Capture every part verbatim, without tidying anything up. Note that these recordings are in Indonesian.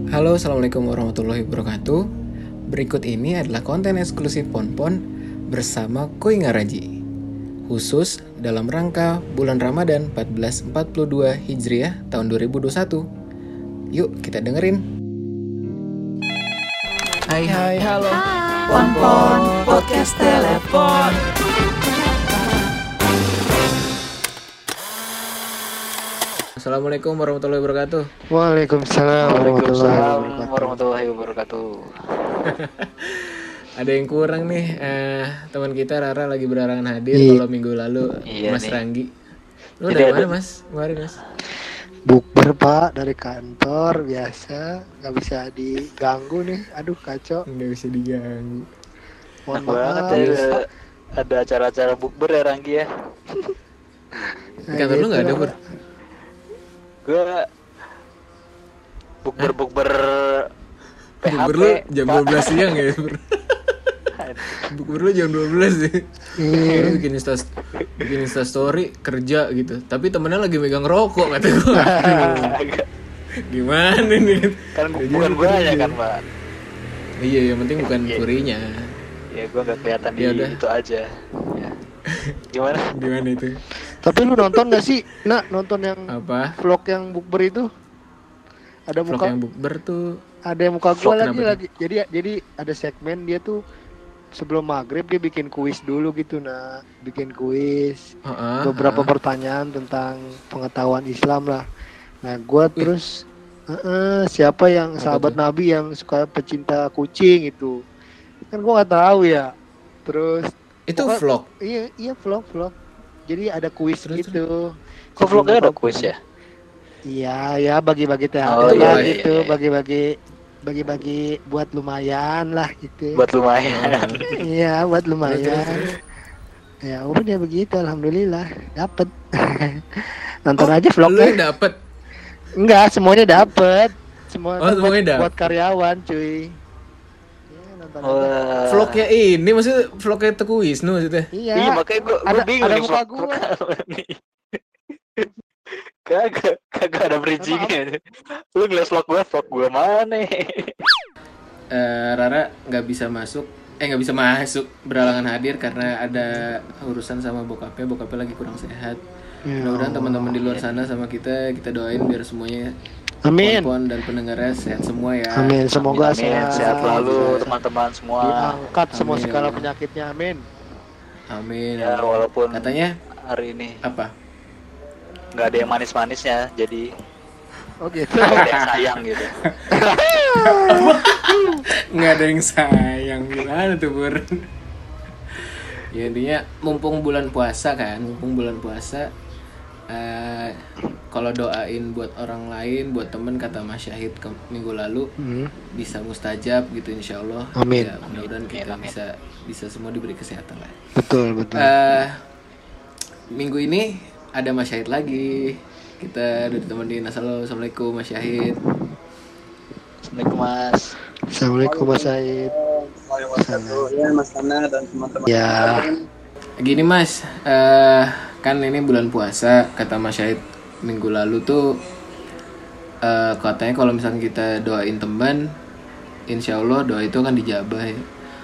Halo, assalamualaikum warahmatullahi wabarakatuh. Berikut ini adalah konten eksklusif Ponpon bersama Koi Ngaraji, khusus dalam rangka bulan Ramadan seribu empat ratus empat puluh dua Hijriah tahun dua ribu dua puluh satu. Yuk kita dengerin. Hai hai halo. Ponpon Podcast Telepon. Assalamualaikum warahmatullahi wabarakatuh. Waalaikumsalam Waalaikumsalam warahmatullahi wabarakatuh. Ada yang kurang nih, eh, teman kita Rara lagi berhalangan hadir. Iya. Kalau minggu lalu Iya Mas nih. Ranggi. Lu Jadi dari ada- mana Mas? Kemarin Mas? Bukber pak dari kantor biasa, nggak bisa diganggu nih. Aduh kacau. Nggak bisa diganggu. Mohon Enak banget maaf. ya ada, ada acara-acara bukber ya Ranggi ya. Di kantor lu nggak ada, Bur? Gue bukber-bukber P H P. Bukber lu jam Pak. dua belas siang ya, Bur? Bukber lu jam dua belas ya? Iya. Lu bikin insta, bikin insta story kerja gitu. Tapi temennya lagi megang rokok kata gue. Aduh, gimana nih? Kan Udah bukan jadi gue ya kerja. kan Pak. Iya, yang penting bukan Iya. kurinya. Ya gue gak kelihatan di Ya udah. itu aja ya. Gimana? Gimana itu? Tapi lu nonton nggak sih? Nak nonton yang Apa? vlog yang bukber itu? Ada Vlog muka, yang bukber tuh. ada yang muka Vlog gua lagi kenapa tuh? lagi. Jadi jadi ada segmen dia tuh sebelum maghrib dia bikin kuis dulu gitu, nah bikin kuis. Heeh, Beberapa heeh. pertanyaan tentang pengetahuan Islam lah. Nah, gua terus "Eh, siapa yang Apa sahabat tuh? Nabi yang suka pecinta kucing itu?" Kan gua nggak tahu ya. Terus Itu pokoknya- vlog. iya iya vlog vlog. Jadi ada kuis Terus, gitu. Kok vlognya ada Sebelum- kuis ya? Iya ya bagi-bagi T H T Oh, lah iya, gitu, iya, iya. bagi-bagi bagi-bagi buat lumayan lah gitu. Buat lumayan. Iya buat Terus, lumayan. terus, terus. Ya udah begitu, alhamdulillah dapet. Nonton Oh, aja lu vlognya. yang dapet. Enggak, semuanya dapet. Semua Oh, kan semuanya buat, dapet. buat karyawan, cuy. Ya, nonton aja. Wah. Vlognya ini maksudnya vlognya Teguh Wisnu maksudnya. Iya. Iya makanya gue ada- bingung ada nih muka vlog- gua. vlog apa nih. Kagak, kagak ada bridgingnya. Lu ngeliat vlog gue, vlog gue mana? Eh, Rara nggak bisa masuk, eh nggak bisa masuk berhalangan hadir karena ada urusan sama bokapnya. Bokapnya lagi kurang sehat. Ya. Mudah-mudahan teman-teman di luar sana sama kita kita doain biar semuanya Amin. Ponpon dan pendengarnya sehat semua ya. Amin. Semoga Amin, sehat. sehat selalu Sehat. teman-teman semua. Diangkat semua Amin. segala penyakitnya. Amin. Amin. Ya walaupun Katanya hari ini apa? nggak ada yang manis-manisnya, jadi Oh gitu. nggak ada yang sayang gitu. Nggak ada yang sayang, gimana tuh Bur? Ya intinya mumpung bulan puasa kan, mumpung bulan puasa, eh, kalau doain buat orang lain, buat temen kata Mas Syahid ke minggu lalu Hmm. bisa mustajab gitu insya Allah. Amin. Ya, mudah-mudahan kita Amin. bisa bisa semua diberi kesehatan lah. Betul betul. Eh, minggu ini ada Mas Syahid lagi. Kita udah ditemenin. Assalamualaikum Mas Syahid. Assalamualaikum Mas. Assalamualaikum Mas Said. Ya Mas Tana dan teman-teman. Ya. Gini Mas, eh kan ini bulan puasa, kata Mas Syahid minggu lalu tuh eh katanya kalau misalnya kita doain teman, insya Allah doa itu akan dijabah ya.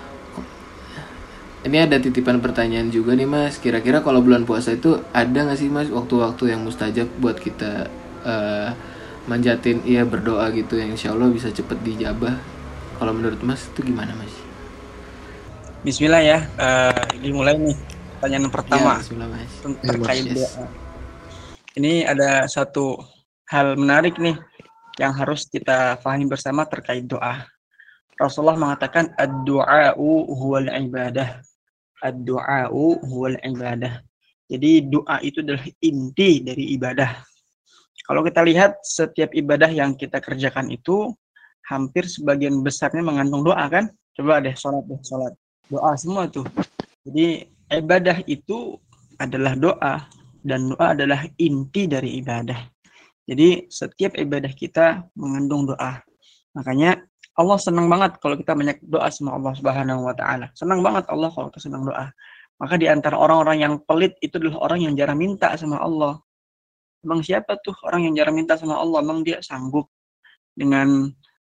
Ini ada titipan pertanyaan juga nih Mas, kira-kira kalau bulan puasa itu ada nggak sih Mas waktu-waktu yang mustajab buat kita eh manjatin, iya berdoa gitu yang insya Allah bisa cepet dijabah. Kalau menurut Mas itu gimana Mas? Bismillah ya, eh dimulai nih pertanyaan pertama Ya, bismillah Mas. ter- Ya, terkait Mas. doa. Ini ada satu hal menarik nih yang harus kita pahami bersama terkait doa. Rasulullah mengatakan ad-du'a'u huwal ibadah. Ad-du'a'u huwal ibadah. Jadi doa itu adalah inti dari ibadah. Kalau kita lihat setiap ibadah yang kita kerjakan itu hampir sebagian besarnya mengandung doa kan? Coba deh sholat deh sholat. Doa semua tuh. Jadi ibadah itu adalah doa dan doa adalah inti dari ibadah. Jadi setiap ibadah kita mengandung doa. Makanya Allah senang banget kalau kita banyak doa sama Allah Subhanahu wa taala. Senang banget Allah kalau kita senang doa. Maka di antara orang-orang yang pelit itu adalah orang yang jarang minta sama Allah. Emang siapa tuh orang yang jarang minta sama Allah? Emang dia sanggup dengan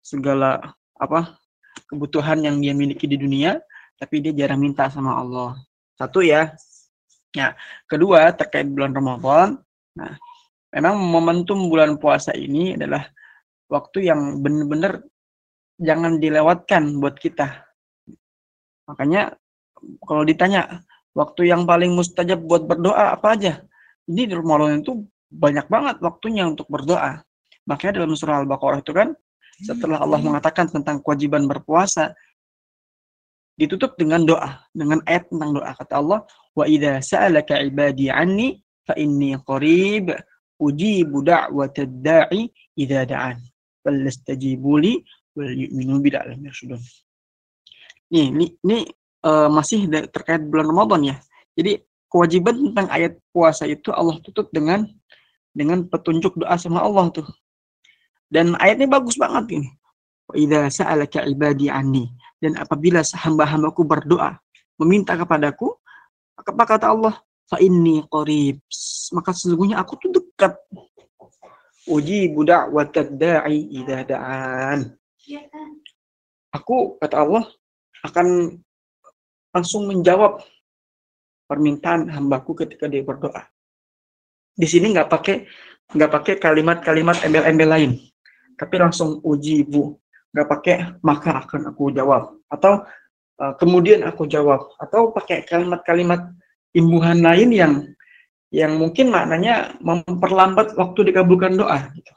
segala apa kebutuhan yang dia miliki di dunia, tapi dia jarang minta sama Allah. Satu ya. Ya, kedua terkait bulan Ramadan. Nah, memang momentum bulan puasa ini adalah waktu yang benar-benar jangan dilewatkan buat kita. Makanya kalau ditanya waktu yang paling mustajab buat berdoa apa aja? Ini di Ramadan itu banyak banget waktunya untuk berdoa. Makanya dalam surah Al-Baqarah itu kan setelah Allah mengatakan tentang kewajiban berpuasa, ditutup dengan doa, dengan ayat tentang doa. Kata Allah, wa idza sa'alaka ibadi anni fa inni qarib ujibu da'watad da'i idza da'an fallastajibu li wal yu'minu bi la'allahum yarshudun. Nih, ini, ini uh, masih terkait bulan Ramadan ya. Jadi kewajiban tentang ayat puasa itu Allah tutup dengan dengan petunjuk doa sama Allah tuh. Dan ayatnya bagus banget ini. Wa idza sa'alaka ibadi anni, dan apabila hamba-hambaku berdoa meminta kepadaku, apa kata Allah? Fa inni qarib, maka sesungguhnya aku tuh dekat. Ujibu da'watad da'i idza da'an. Aku kata Allah akan langsung menjawab permintaan hambaku ketika dia berdoa. Di sini nggak pakai nggak pakai kalimat-kalimat embel-embel lain, tapi langsung ujibu, nggak pakai maka akan aku jawab atau uh, kemudian aku jawab atau pakai kalimat-kalimat imbuhan lain yang yang mungkin maknanya memperlambat waktu dikabulkan doa. Gitu.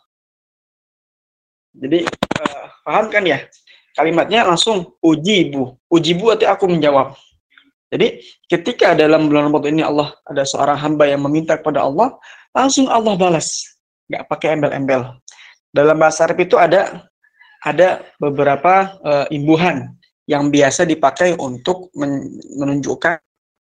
Jadi uh, paham kan ya? Kalimatnya langsung ujibu, ujibu artinya aku menjawab. Jadi ketika dalam bulan Ramadan ini Allah ada seorang hamba yang meminta kepada Allah, langsung Allah balas, nggak pakai embel-embel. Dalam bahasa Arab itu ada ada beberapa uh, imbuhan yang biasa dipakai untuk men- menunjukkan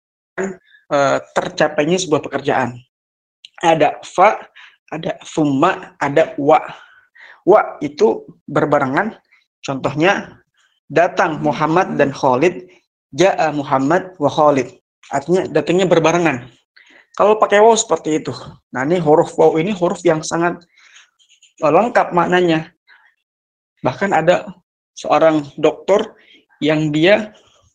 uh, tercapainya sebuah pekerjaan. Ada fa, ada thumma, ada wa. Wa itu berbarengan. Contohnya datang Muhammad dan Khalid, ja'a Muhammad wa Khalid. Artinya datangnya berbarengan. Kalau pakai waw seperti itu. Nah, ini huruf waw ini huruf yang sangat lengkap maknanya. Bahkan ada seorang dokter yang dia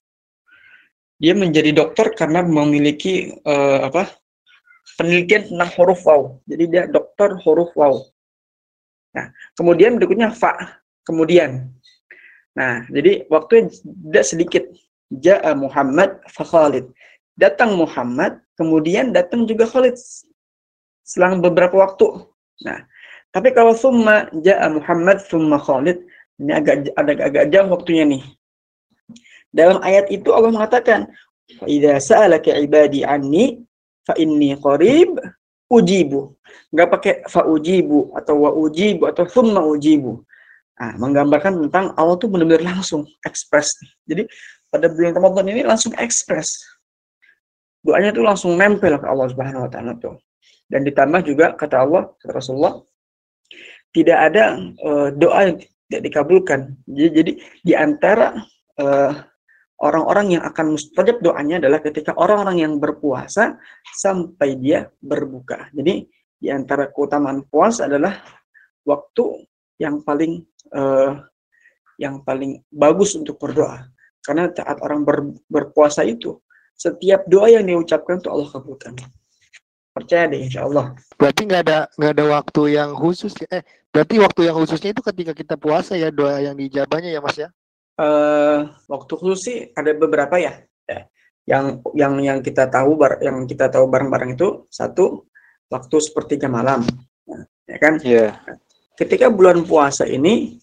dia menjadi dokter karena memiliki uh, apa? penelitian tentang huruf waw. Jadi dia dokter huruf waw. Nah, kemudian berikutnya fa, kemudian. Nah, jadi waktu tidak sedikit. Ja'a Muhammad fa Khalid. Datang Muhammad, kemudian datang juga Khalid. Selang beberapa waktu. Nah, tapi kalau summa ja'a Muhammad summa Khalid, ini agak agak agak jauh waktunya nih. Dalam ayat itu Allah mengatakan, "Fa idza sa'alaka 'ibadi anni fa inni qarib ujibu." Enggak pakai fa ujibu atau wa ujibu atau summa ujibu. Nah, menggambarkan tentang Allah tuh benar-benar langsung ekspres. Jadi pada bulan Ramadan ini langsung ekspres. Doanya tuh langsung nempel ke Allah Subhanahu wa taala tuh. Dan ditambah juga kata Allah, kata Rasulullah, tidak ada uh, doa yang tidak dikabulkan. Jadi, jadi di antara uh, orang-orang yang akan mustajab doanya adalah ketika orang-orang yang berpuasa sampai dia berbuka. Jadi di antara keutamaan puasa adalah waktu yang paling uh, yang paling bagus untuk berdoa. Karena saat orang ber, berpuasa itu, setiap doa yang diucapkan itu Allah kabulkan. Percaya deh, insya Allah. Berarti nggak ada nggak ada waktu yang khusus ya? Eh, berarti waktu yang khususnya itu ketika kita puasa ya, doa yang diijabahnya ya Mas ya? Uh, waktu khusus sih ada beberapa ya. ya. Yang yang yang kita tahu bar, yang kita tahu bareng-bareng itu satu waktu sepertiga malam, nah, ya kan? Iya. Yeah. Ketika bulan puasa ini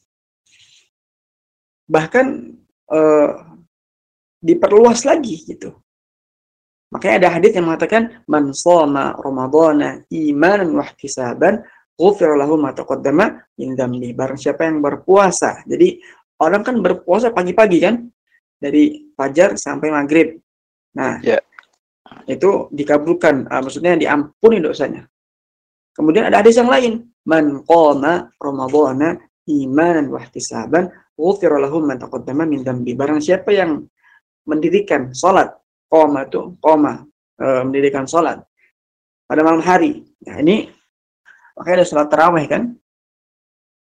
bahkan uh, diperluas lagi gitu. Makanya ada hadis yang mengatakan man shoma ramadhana imanan wa ihtisaban ghufira lahu ma taqaddama min dzambi. Barang siapa yang berpuasa. Jadi orang kan berpuasa pagi-pagi kan? Dari fajar sampai maghrib. Nah, yeah. itu dikabulkan, uh, maksudnya diampuni dosanya. Kemudian ada hadis yang lain, man qama ramadhana imanan wa ihtisaban ghufira lahu ma taqaddama min dzambi. Barang siapa yang mendirikan salat, qama itu qama, e, mendirikan salat pada malam hari. Nah, ini makanya ada salat tarawih kan?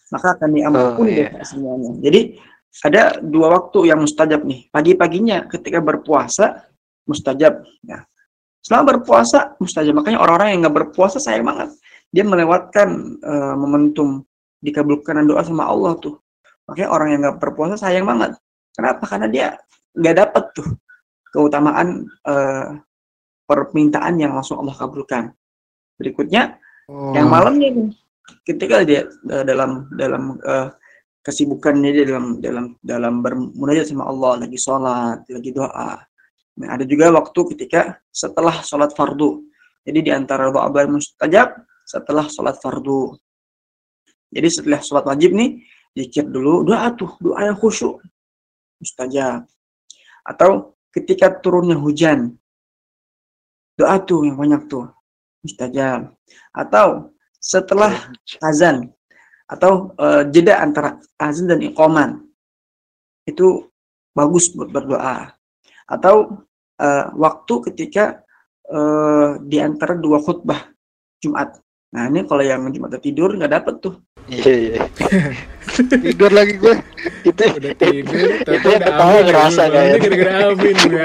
maka akan diampuni Oh, iya. dosa semuanya. Jadi ada dua waktu yang mustajab nih. Pagi-paginya ketika berpuasa mustajab. Ya. Selama berpuasa mustajab. Makanya orang-orang yang nggak berpuasa sayang banget. Dia melewatkan uh, momentum dikabulkan doa sama Allah tuh. Makanya orang yang nggak berpuasa sayang banget. Kenapa? Karena dia nggak dapat tuh keutamaan uh, permintaan yang langsung Allah kabulkan. Berikutnya Oh. yang malamnya nih, ketika dia uh, dalam dalam uh, kesibukannya dia dalam dalam dalam bermunajat sama Allah, lagi sholat, lagi doa. Nah, ada juga waktu ketika setelah sholat fardu. Jadi di antara doa mustajab setelah sholat fardu. Jadi setelah sholat wajib nih, zikir dulu, doa tuh, doa yang khusyuk, mustajab. Atau ketika turunnya hujan, doa tuh yang banyak tuh, mustajab. Atau setelah azan, atau uh, jeda antara azan dan iqaman, itu bagus buat berdoa. Atau uh, waktu ketika uh, di antara dua khutbah Jumat. Nah ini kalau yang Jumat tidur nggak dapet tuh. Iya iya. Tidur lagi gue. Itu Udah tidur, tapi itu yang udah ketawa amin, ngerasa ya, kayak. gara-gara amin ya.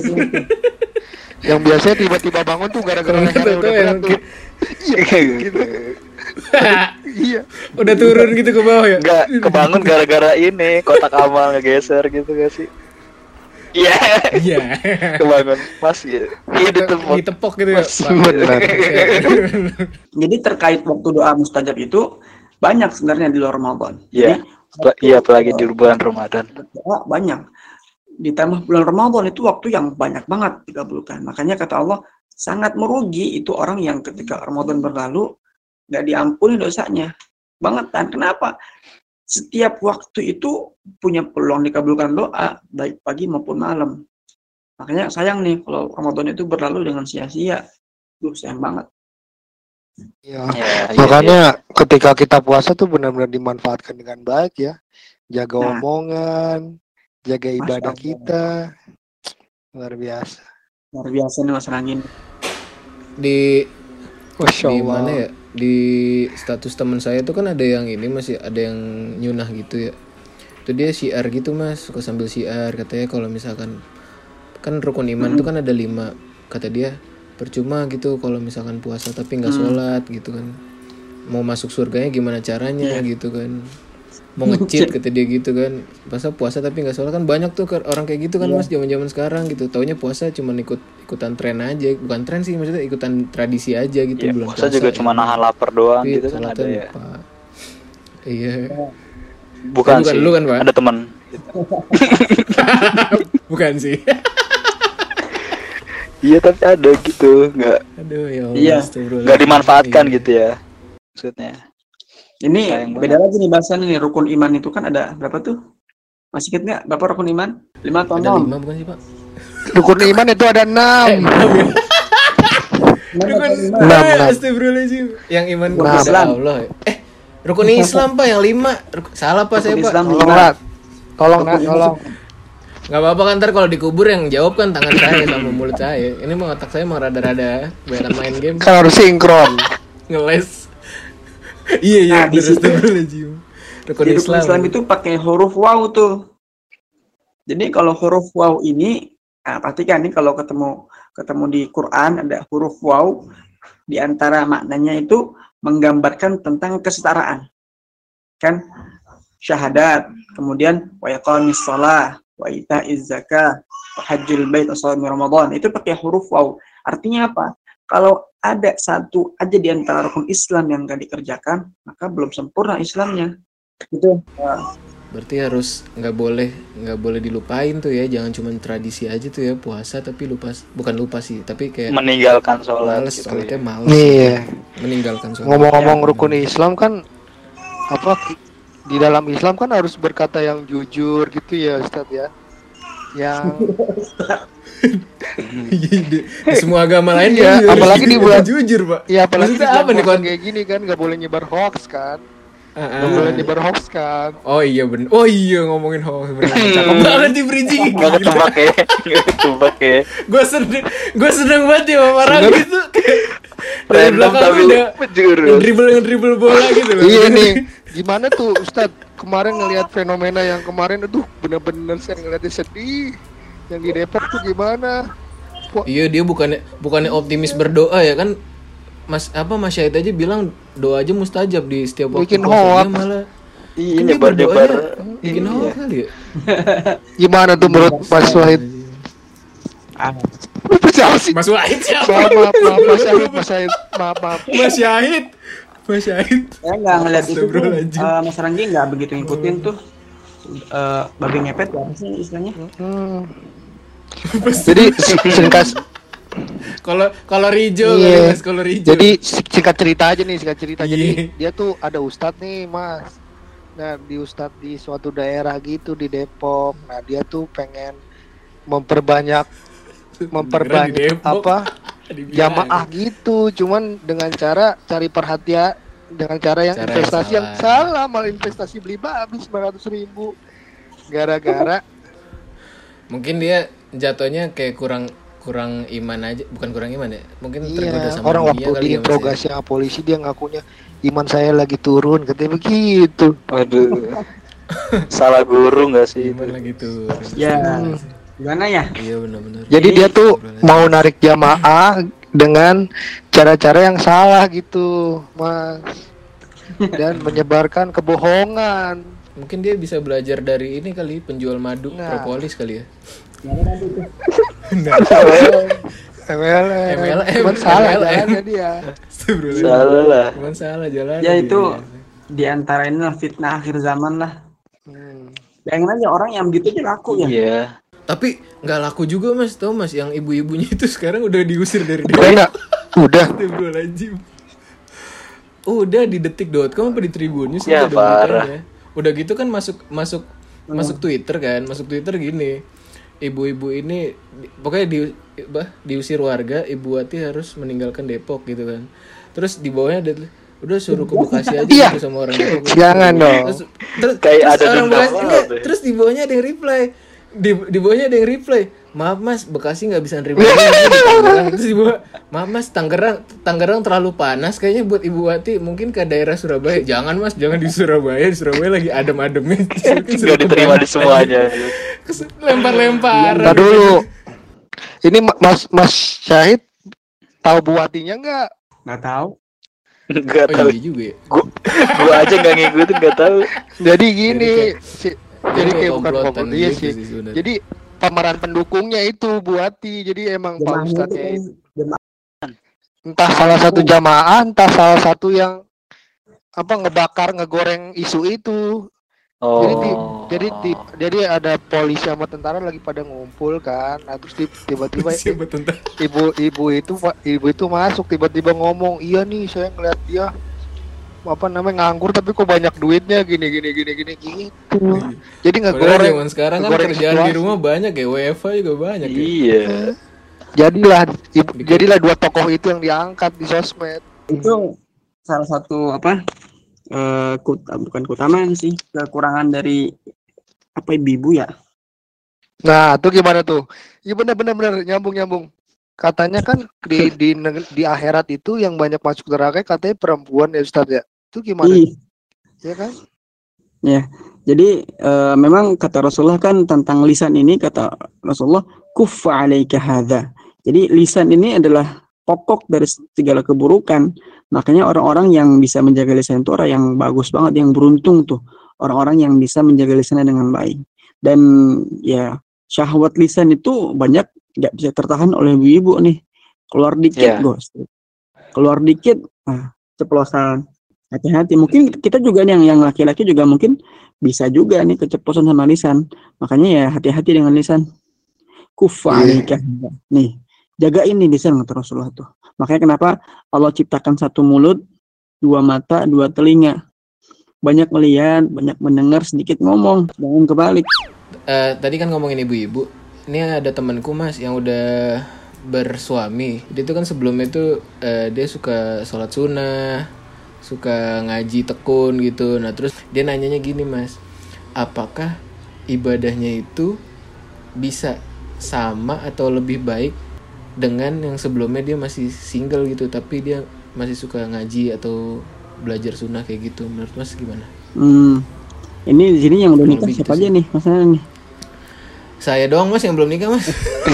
Yang biasanya tiba-tiba bangun tuh gara-gara Ternyata lehernya tuh udah yang berat tuh. Iya, gitu. Iya. udah turun gitu ke bawah ya. Enggak kebangun gara-gara ini kotak amal ngegeser gitu gak sih? Iya. Iya. Kebangun Mas gitu. Iya ditepuk. Ditepok gitu ya. Mas, Pak. benar. Jadi terkait waktu doa mustajab itu banyak sebenarnya di luar Ramadan. Iya. Jadi, Iya apalagi di bulan Ramadan. doa banyak. Ditambah bulan Ramadan itu waktu yang banyak banget dikabulkan. Makanya kata Allah, sangat merugi itu orang yang ketika Ramadan berlalu nggak diampuni dosanya. Banget kan? Kenapa? Setiap waktu itu punya peluang dikabulkan doa, baik pagi maupun malam. Makanya sayang nih kalau Ramadan itu berlalu dengan sia-sia. Duh, sayang banget. Iya. Iya, iya, Makanya ketika kita puasa tuh benar-benar dimanfaatkan dengan baik ya. Jaga Nah. omongan, jaga Masya ibadah Allah. kita. Luar biasa. Luar biasa nih Mas Rangin. Di Masya di Allah. mana ya? Di status teman saya tuh kan ada yang ini masih ada yang nyunah gitu ya. Itu dia syiar gitu Mas, suka sambil syiar katanya kalau misalkan kan rukun iman tuh kan ada lima, kata dia percuma gitu kalau misalkan puasa tapi nggak sholat gitu kan, mau masuk surganya gimana caranya gitu kan, mau nge-cheat kata dia gitu kan, masa puasa tapi nggak sholat kan banyak tuh orang kayak gitu kan Mas zaman-zaman sekarang gitu, taunya puasa cuma ikut ikutan tren aja, bukan tren sih maksudnya ikutan tradisi aja gitu. Iya, bulan puasa juga cuma nahan lapar doang tapi gitu kan ada sholatnya ya. lupa. Iya. Bukan, bukan sih. lu kan, Pak? Ada teman. Bukan sih. Iya tapi ada gitu, nggak Aduh ya Allah. Iya. astagfirullah. nggak dimanfaatkan Iya. gitu ya maksudnya. Ini Sayang beda lagi nih bahasannya nih, rukun iman itu kan ada berapa tuh? Masih ingat nggak berapa rukun iman? Lima atau Ada enam? lima bukan sih Pak? Rukun iman itu ada enam. Eh, enam ya? Enam Rukun atau lima? Enam, eh, enam. Astagfirullahaladzim. Yang iman Rukun kepada Islam. Allah ya. Eh, rukun Islam Pak yang lima. Ruk- Salah Pak saya Rukun Pak. Islam Tolong lima. Nat. Tolong Nat, Rukun iman tolong. Gak apa-apa kan ntar kalau dikubur yang jawab kan tangan saya sama mulut saya. Ini mah otak saya mah rada-rada banyak main game. Kan harus sinkron. Ngeles. Iya iya. Nah, di bener, situ- astagfirullahaladzim. Rukun Di rukun Islam. Islam itu pakai huruf waw tuh. Jadi kalau huruf waw ini, nah perhatikan nih kalau ketemu ketemu di Quran ada huruf waw, di antara maknanya itu menggambarkan tentang kesetaraan. Kan syahadat, kemudian wa iqamis shalah, wa ita'iz zakah, wa hajjul bait, wa shaumi ramadan. Itu pakai huruf waw. Artinya apa? Kalau ada satu aja di antara rukun Islam yang nggak dikerjakan, maka belum sempurna Islamnya. Gitu. Nah, Berarti harus nggak boleh nggak boleh dilupain tuh ya, jangan cuma tradisi aja tuh ya puasa tapi lupa, bukan lupa sih tapi kayak Meninggalkan sholat males, gitu sholatnya ya. males, Iya. meninggalkan sholat. Ngomong-ngomong rukun Islam kan apa di dalam Islam kan harus berkata yang jujur gitu ya Ustadz ya. Yang di, di semua agama lain Iya, kan apalagi di bulan- jujur Pak. ya apalagi di Maksudnya bulan apa nih, puasa Kon? kayak gini kan nggak boleh nyebar hoax kan. Ah, ah. Nggak boleh nyebar hoax kan. Oh iya bener. Oh iya ngomongin hoax bener. Cakep banget di bridging. Nggak ketebak ya, nggak ketebak ya. Gue seneng, gue seneng banget ya sama orang gitu. Kayak, Dari Random belakang tapi tuh udah menjurus. ngedribble ngedribble bola gitu loh. Iya nih, gimana tuh Ustadz kemarin ngelihat fenomena yang kemarin, aduh bener-bener saya ngeliatnya sedih. Yang di Depok tuh gimana? Iya, dia bukannya bukannya optimis berdoa ya kan. Mas apa Mas Syahid aja bilang doa aja mustajab di setiap waktu Bikin puasa. hoax. Dia malah Iya, kan dia nyebar-nyebar. berdoanya bikin Iya. hoax kali ya. Gimana tuh menurut Mas Wahid? Ah, Siapa sih? Mas Wahid siapa? Maaf, maaf, maaf, Mas Syahid, Mas Syahid, maaf, maaf. Mas Syahid. Mas Syahid. saya nggak ngeliat itu tuh. Astagfirullahaladzim. eh, Mas Ranggi nggak begitu ngikutin tuh. eh babi ngepet ya apa sih istilahnya? Hmm. Jadi singkat, Kalau kalau Rijo Iya. kali Mas, kalau Rijo. jadi singkat cerita aja nih, singkat cerita. Jadi Iya. dia tuh ada ustadz nih, Mas. Nah, di ustadz di suatu daerah gitu di Depok. Nah, dia tuh pengen memperbanyak memperbanyak Di Depok. apa Dibilang. jamaah gitu, cuman dengan cara cari perhatian, dengan cara yang Cara yang investasi yang salah. salah, malah investasi beli babi sembilan ratus ribu gara-gara Mungkin dia jatuhnya kayak kurang kurang iman aja, bukan kurang iman ya. Mungkin tergoda iya, sama orang dunia waktu kali ya, Mas, ya. diinterogasi sama polisi dia ngakunya iman saya lagi turun, katanya begitu. Waduh. Salah guru nggak sih Iman itu? lagi tuh. Ya, gimana ya? Iya benar-benar. Jadi dia tuh Astagfirullahaladzim. mau narik jamaah dengan cara-cara yang salah gitu, Mas. Dan menyebarkan kebohongan. Mungkin dia bisa belajar dari ini kali, penjual madu Nah. propolis kali ya. M L M, M L M, cuman salah M L M. jalannya dia. Astagfirullahaladzim. Salah lah. Cuman salah jalan. Ya itu di antara ini lah fitnah akhir zaman lah. Hmm. Bayangin aja orang yang begitu aja laku ya. Iya. Tapi nggak laku juga Mas, tau Mas yang ibu-ibunya itu sekarang udah diusir dari Udah enak, udah. Astagfirullahaladzim. Udah di detik dot com apa di Tribun News Ya, itu ada parah. beritanya. Udah gitu kan masuk masuk masuk Twitter kan, masuk Twitter gini. Ibu-ibu ini di- pokoknya di bah, diusir warga, Ibu Wati harus meninggalkan Depok gitu kan. Terus di bawahnya ada udah suruh ke Bekasi aja Iya. gitu sama orang Depok. Jangan dong. Terus, terus, Kayak terus ada orang dendam Bekasi banget enggak, ya. terus di bawahnya ada yang reply. Di, di bawahnya ada yang reply, maaf Mas, Bekasi nggak bisa nerima ini, ini di Tangerang. Terus di bawah, maaf Mas, Tangerang Tangerang terlalu panas kayaknya buat Ibu Wati, mungkin ke daerah Surabaya. Jangan Mas, jangan di Surabaya, di Surabaya lagi adem-ademnya. Nggak diterima di semuanya. Lempar-lempar. Ntar dulu. Ini Ma- Mas Mas Syahid tahu buatinya nggak? Nggak tahu. Nggak Oh tahu. iya juga ya. Gua, gua aja nggak ngikutin, nggak tahu. Jadi gini, Jadi si- jadi kayak bukan komplotan komplotan, iya gitu sih. sih sebenarnya. Jadi pemeran pendukungnya itu buati. Jadi emang Pak Jemaahnya itu Ustadznya kan itu jemaah. entah salah satu jamaah, entah salah satu yang apa ngebakar, ngegoreng isu itu. Oh. Jadi di, jadi di, jadi ada polisi sama tentara lagi pada ngumpul kan. Nah, terus ti- tiba-tiba i- Siapa tentang ibu-ibu itu ibu itu masuk tiba-tiba ngomong, "Iya nih, saya ngeliat dia apa namanya nganggur tapi kok banyak duitnya gini gini gini gini gitu." Jadi Padahal ngegoreng. zaman sekarang kan ngegoreng kerjaan di situasi. rumah banyak ya, W F H juga banyak ya. Iya. Jadilah ibu- jadilah dua tokoh itu yang diangkat di sosmed. Itu salah satu apa? Eh kut, bukan keutamaan sih, kekurangan dari apa ibu ya? Nah, tuh gimana tuh? Iya benar-benar benar nyambung-nyambung. Katanya kan di di neg- di akhirat itu yang banyak masuk neraka katanya perempuan ya Ustaz ya. Itu gimana? Ih, Ya kan? jadi eh, memang kata Rasulullah kan tentang lisan ini, kata Rasulullah, kuffa alaika hadza. Jadi lisan ini adalah pokok dari segala keburukan. Makanya orang-orang yang bisa menjaga lisan itu orang yang bagus banget, yang beruntung tuh. Orang-orang yang bisa menjaga lisannya dengan baik. Dan ya syahwat lisan itu banyak nggak bisa tertahan oleh ibu-ibu nih. Keluar dikit, Iya. gos. Keluar dikit, nah, ceplosan. Hati-hati. Mungkin kita juga nih yang yang laki-laki juga mungkin bisa juga nih keceplosan sama lisan. Makanya ya hati-hati dengan lisan. Kufa Iya. alaika. Nih, jaga ini lisan kata Rasulullah tuh. Makanya kenapa Allah ciptakan satu mulut, dua mata, dua telinga. Banyak melihat, banyak mendengar, sedikit ngomong, jangan kebalik. Eh, tadi kan ngomongin ibu-ibu. Ini ada temanku Mas yang udah bersuami. Dia tuh kan sebelumnya tuh eh, dia suka sholat sunnah, suka ngaji tekun gitu. Nah terus dia nanyanya gini Mas, apakah ibadahnya itu bisa sama atau lebih baik dengan yang sebelumnya dia masih single gitu tapi dia masih suka ngaji atau belajar sunnah kayak gitu. Menurut Mas gimana? Hmm. Ini di sini yang udah nikah Lebih siapa gitu aja sih. nih masalah nih? Saya doang Mas yang belum nikah Mas.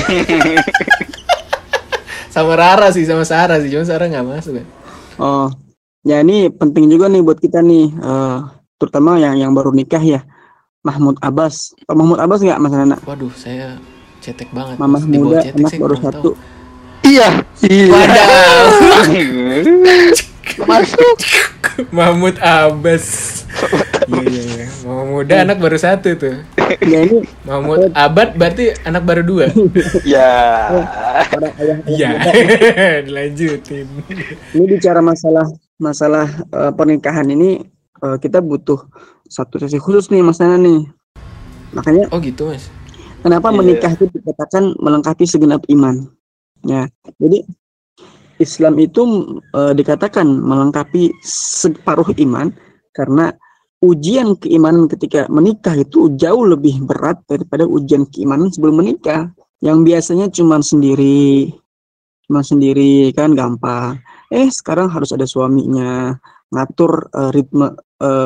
Sama Rara sih, sama Sarah sih, cuma Sarah nggak masuk kan. Oh, ya ini penting juga nih buat kita nih, eh, terutama yang yang baru nikah ya, Mahmud Abbas. Tau Mahmud Abbas nggak Mas Nana? Waduh, saya cetek banget. Mamah Mas. Di bawah muda, cetek anak saya baru kurang satu. tahu. Iya, iya. Wadaw. Masuk. Mahmud Abbas. Iya iya iya. Mahmud muda anak baru satu tuh. Ya ini Mahmud Abad berarti anak baru dua. Ya. para ayah Iya. Dilanjutin. ini bicara masalah masalah eh, pernikahan ini, eh, kita butuh satu sesi khusus nih Mas Nana nih. Makanya Oh gitu Mas. kenapa Iya. menikah itu dikatakan melengkapi segenap iman? Ya, jadi Islam itu eh, dikatakan melengkapi separuh iman karena ujian keimanan ketika menikah itu jauh lebih berat daripada ujian keimanan sebelum menikah. Yang biasanya cuma sendiri, cuma sendiri kan gampang. Eh sekarang harus ada suaminya, ngatur eh, ritme eh,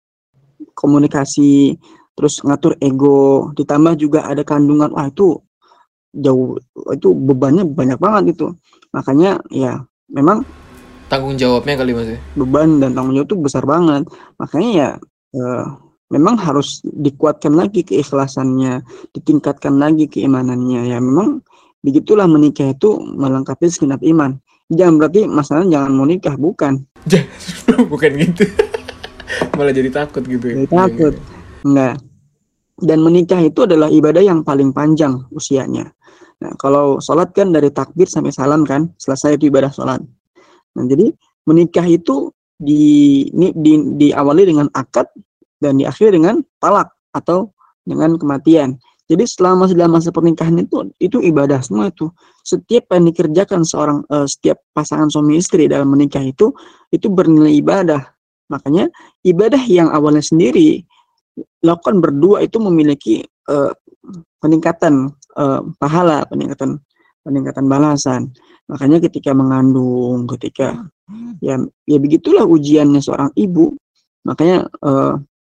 komunikasi, terus ngatur ego, ditambah juga ada kandungan. Wah itu jauh, itu bebannya banyak banget itu. Makanya ya memang Tanggung jawabnya kali Mas ya. beban dan tanggung jawab itu besar banget. Makanya ya eh, memang harus dikuatkan lagi keikhlasannya, ditingkatkan lagi keimanannya. Ya memang begitulah menikah itu melengkapi segenap iman. Jangan berarti masalahnya jangan mau nikah, bukan. Bukan gitu. Malah jadi takut gitu. Jadi takut. Enggak. Dan menikah itu adalah ibadah yang paling panjang usianya. Nah, kalau sholat kan dari takbir sampai salam kan, selesai itu ibadah sholat. Nah, jadi menikah itu di, di, di diawali dengan akad dan diakhiri dengan talak atau dengan kematian. Jadi selama dalam masa pernikahan itu itu ibadah semua itu. Setiap yang dikerjakan seorang uh, setiap pasangan suami istri dalam menikah itu itu bernilai ibadah. Makanya ibadah yang awalnya sendiri lakukan berdua itu memiliki uh, peningkatan uh, pahala, peningkatan peningkatan balasan. Makanya ketika mengandung, ketika ya ya begitulah ujiannya seorang ibu. Makanya uh,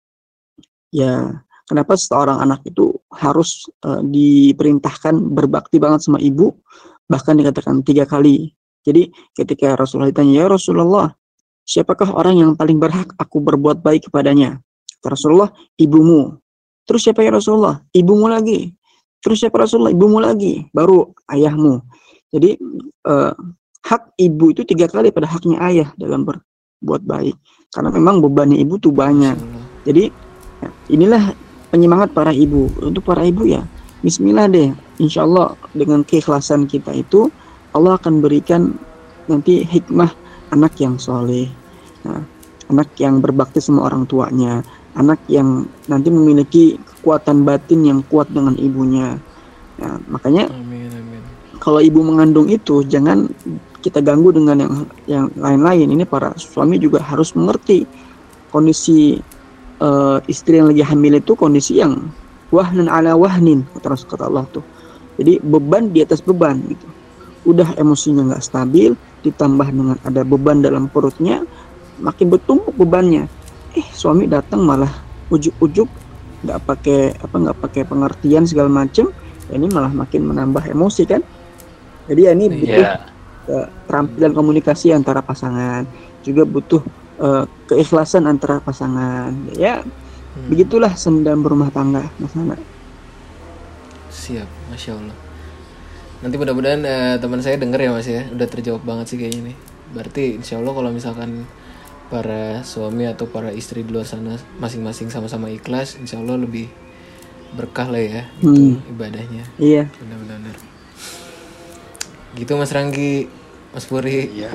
ya kenapa seorang anak itu harus uh, diperintahkan berbakti banget sama ibu, bahkan dikatakan tiga kali. Jadi ketika Rasulullah ditanya, ya Rasulullah, siapakah orang yang paling berhak aku berbuat baik kepadanya? Kata Rasulullah, ibumu. Terus siapa ya Rasulullah? Ibumu lagi. Terus siapa Rasulullah? Ibumu lagi. Baru ayahmu. Jadi eh, hak ibu itu tiga kali pada haknya ayah dalam berbuat baik. Karena memang bebannya ibu tuh banyak. Jadi ya, inilah penyemangat para ibu. Untuk para ibu ya, bismillah deh. Insya Allah dengan keikhlasan kita itu, Allah akan berikan nanti hikmah anak yang soleh. Nah, anak yang berbakti sama orang tuanya. Anak yang nanti memiliki kekuatan batin yang kuat dengan ibunya. Nah, makanya Amin amin. kalau ibu mengandung itu jangan kita ganggu dengan yang yang lain-lain. Ini para suami juga harus mengerti kondisi uh, istri yang lagi hamil itu kondisi yang wahnan ala wahnin kata kata Allah tuh. Jadi beban di atas beban gitu. Udah emosinya nggak stabil, ditambah dengan ada beban dalam perutnya, makin bertumpuk bebannya. Eh suami datang malah ujuk-ujuk nggak pakai apa nggak pakai pengertian segala macem. Ini malah makin menambah emosi kan. Jadi ya ini butuh Iya. uh, keterampilan komunikasi antara pasangan, juga butuh uh, keikhlasan antara pasangan. Ya Hmm, begitulah sendam berumah tangga, Mas Nana. siap, masya Allah. Nanti mudah-mudahan eh, teman saya denger ya Mas ya. Udah terjawab banget sih kayaknya nih. Berarti insya Allah kalau misalkan para suami atau para istri di luar sana masing-masing sama-sama ikhlas, insya Allah lebih berkah lah ya gitu, Hmm. ibadahnya. Iya. Benar-benar. Gitu Mas Ranggi, Mas Puri. Iya.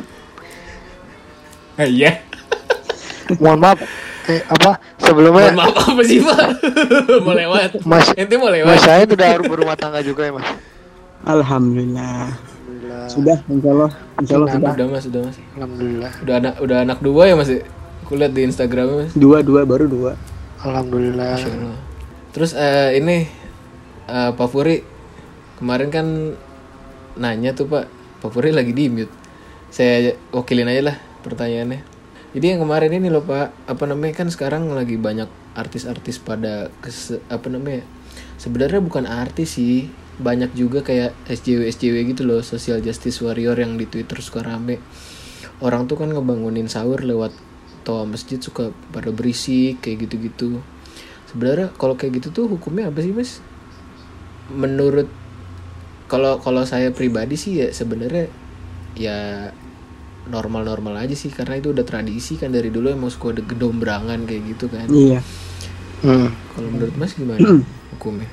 Ah, iya. Mohon maaf. Eh, apa Mohon sebelumnya maaf apa sih Pak? Mau lewat. Mas Ente mau Mas lewat. saya itu udah berumah tangga juga ya Mas. Alhamdulillah. Alhamdulillah. Sudah, insya Allah, insya Allah sudah. Udah Mas, udah Mas. Alhamdulillah. Udah anak udah anak dua ya Mas. ya? Aku lihat di Instagramnya Mas. Dua, dua baru dua. Alhamdulillah. Masya Allah. Terus eh, ini eh, Pak Furi kemarin kan nanya tuh Pak, Pak Puri lagi di mute. Saya wakilin aja lah pertanyaannya. Jadi yang kemarin ini loh Pak, apa namanya, kan sekarang lagi banyak artis-artis pada kes, apa namanya, sebenarnya bukan artis sih, banyak juga kayak S J W S J W gitu loh, social justice warrior yang di Twitter suka rame. Orang tuh kan ngebangunin sahur lewat toa masjid suka pada berisik kayak gitu-gitu. Sebenarnya kalau kayak gitu tuh hukumnya apa sih Mas? Menurut kalau kalau saya pribadi sih ya sebenarnya ya normal-normal aja sih, karena itu udah tradisi kan dari dulu emang suka ada gedombrangan kayak gitu kan. Iya. Hmm. Kalau menurut Mas gimana hukumnya?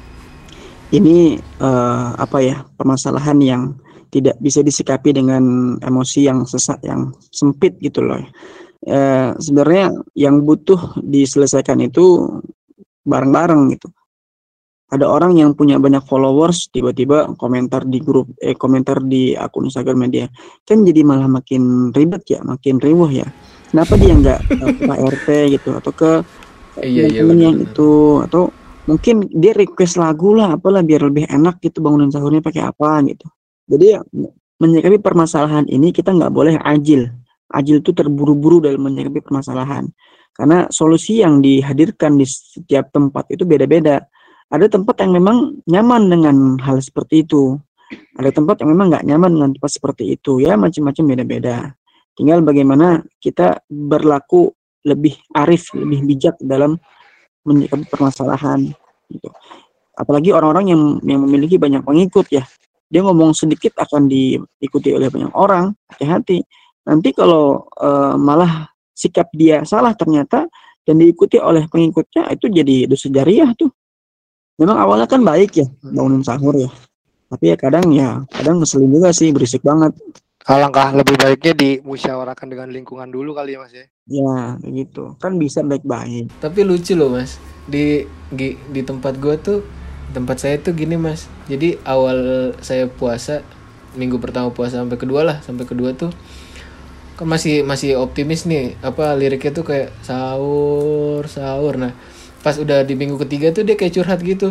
Ini eh, apa ya, permasalahan yang tidak bisa disikapi dengan emosi yang sesak, yang sempit gitu loh. Eh, sebenarnya yang butuh diselesaikan itu bareng-bareng gitu. Ada orang yang punya banyak followers tiba-tiba komentar di grup eh komentar di akun Instagram dia, kan jadi malah makin ribet ya, makin riuh ya. Kenapa dia nggak ke R T gitu atau ke Iya, iya, temen yang benar-benar. itu, atau mungkin dia request lagu lah apalah biar lebih enak gitu bangunan sahurnya pakai apa gitu. Jadi ya, menyikapi permasalahan ini kita nggak boleh ajil. Ajil itu terburu-buru dalam menyikapi permasalahan. Karena solusi yang dihadirkan di setiap tempat itu beda-beda. Ada tempat yang memang nyaman dengan hal seperti itu. Ada tempat yang memang nggak nyaman dengan tempat seperti itu. Ya macam-macam beda-beda. Tinggal bagaimana kita berlaku lebih arif, lebih bijak dalam menyikapi permasalahan. Gitu. Apalagi orang-orang yang yang memiliki banyak pengikut ya. Dia ngomong sedikit akan diikuti oleh banyak orang. Hati-hati. Nanti kalau uh, malah sikap dia salah ternyata dan diikuti oleh pengikutnya, itu jadi dosa jariah tuh. Memang awalnya kan baik ya bangunin sahur ya, tapi ya kadang ya kadang ngeselin juga sih, berisik banget. Alangkah lebih baiknya dimusyawarahkan dengan lingkungan dulu kali ya Mas ya. Ya gitu kan bisa baik-baik. Tapi lucu loh Mas, di di, di tempat gue tuh, tempat saya tuh gini Mas. Jadi awal saya puasa, minggu pertama puasa sampai kedua lah, sampai kedua tuh kan masih masih optimis nih, apa liriknya tuh kayak sahur sahur. Nah pas udah di minggu ketiga tuh dia kayak curhat gitu,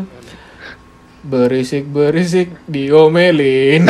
berisik berisik diomelin,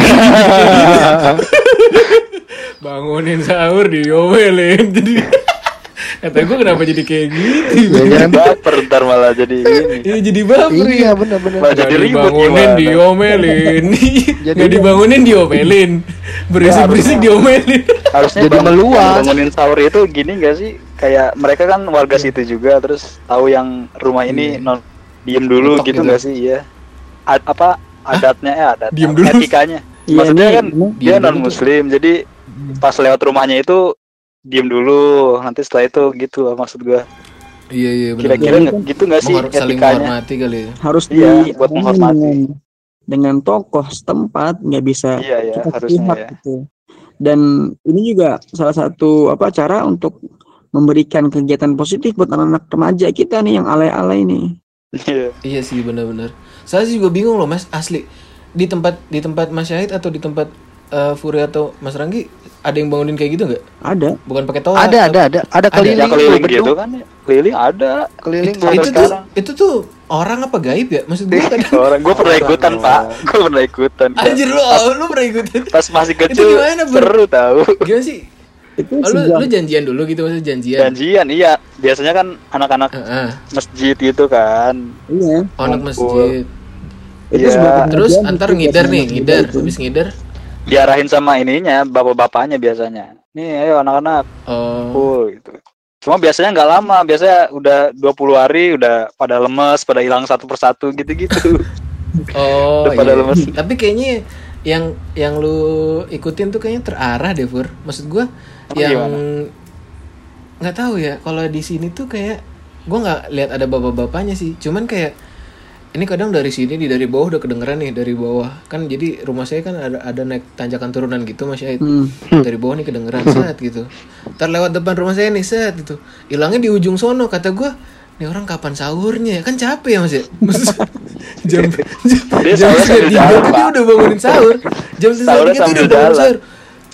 bangunin sahur diomelin. Jadi kata gue kenapa jadi kayak gitu? Ya baper ntar malah jadi ini. Iya jadi baper. Iya benar-benar. Malah Gak jadi ribut dibangunin gimana? diomelin. Jadi Gak dibangunin diomelin. Berisik-berisik diomelin. Harusnya Jadi bangun- meluas. bangunin sahur itu gini gak sih? Kayak mereka kan warga situ juga, terus tahu yang rumah ini Iya. non diem dulu Mentok gitu gitu. nggak sih? Iya. Ad- apa adatnya ya adat Diem apa, dulu. etikanya. Iya, Maksudnya ini kan emang dia diem dulu non muslim, jadi pas lewat rumahnya itu diem dulu, nanti setelah itu gitu lah maksud gua. Iya iya benar. Kira-kira nggak gitu nggak sih Menghor- saling etikanya? menghormati kali ya. harus Iya, di buat menghormati. dengan, dengan tokoh setempat, nggak bisa Iya ya, kita harusnya sepihak ya. gitu. Dan ini juga salah satu apa cara untuk memberikan kegiatan positif buat anak-anak remaja kita nih yang alay-alay nih. Iya. Iya sih benar-benar. Saya juga bingung loh Mas, asli. Di tempat di tempat Mas Syahid atau di tempat uh, Furi atau Mas Ranggi ada yang bangunin kayak gitu nggak? Ada. Bukan pakai toa. Ada ada ada ada Ada. keliling Yang keliling beduk. gitu kan? ya. Keliling ada. Keliling Itu- ada Itu tuh sekarang. itu tuh orang apa gaib ya? Maksud gue kadang. Orang gue pernah Orang ikutan dong. pak, gue pernah ikutan. Pak. Anjir lu, lu pernah ikutin? Pas masih Itu kecil gimana, Bro? seru tahu. Gimana sih? Itu Oh, lu, sebuah lu janjian dulu gitu, maksudnya janjian. Janjian iya, biasanya kan anak-anak Heeh. masjid gitu kan. iya. Oh, anak Ngumpul. masjid. Itu Iya. sebuah Terus pengajian antar itu ngider buat nih, anak ngider. muda itu. Habis ngider. Diarahin sama ininya, bapak-bapaknya biasanya. Nih ayo anak-anak Oh. full gitu. Cuma biasanya nggak lama, biasanya udah dua puluh hari udah pada lemes, pada hilang satu persatu gitu-gitu. Oh, Udah pada iya. lemes. Tapi kayaknya yang yang lu ikutin tuh kayaknya terarah deh, Fur. Maksud gua Oh, yang gimana? nggak tahu ya. Kalau di sini tuh kayak gua nggak lihat ada bapak-bapaknya sih. Cuman kayak ini kadang dari sini di dari bawah udah kedengeran nih dari bawah. Kan jadi rumah saya kan ada ada naik tanjakan turunan gitu Mas Syahid. Hmm. Dari bawah nih kedengeran set gitu. Ntar lewat depan rumah saya nih set gitu. Hilangnya di ujung sono kata gua. Nih orang kapan sahurnya? Kan capek ya Mas ya. Maksud- jam jam, Dia jam sahurnya setengah sambil tiga jalan, tuh dia Pak. udah bangunin sahur. Jam setengah Sahurnya tiga tuh sambil udah bangun jalan. sahur.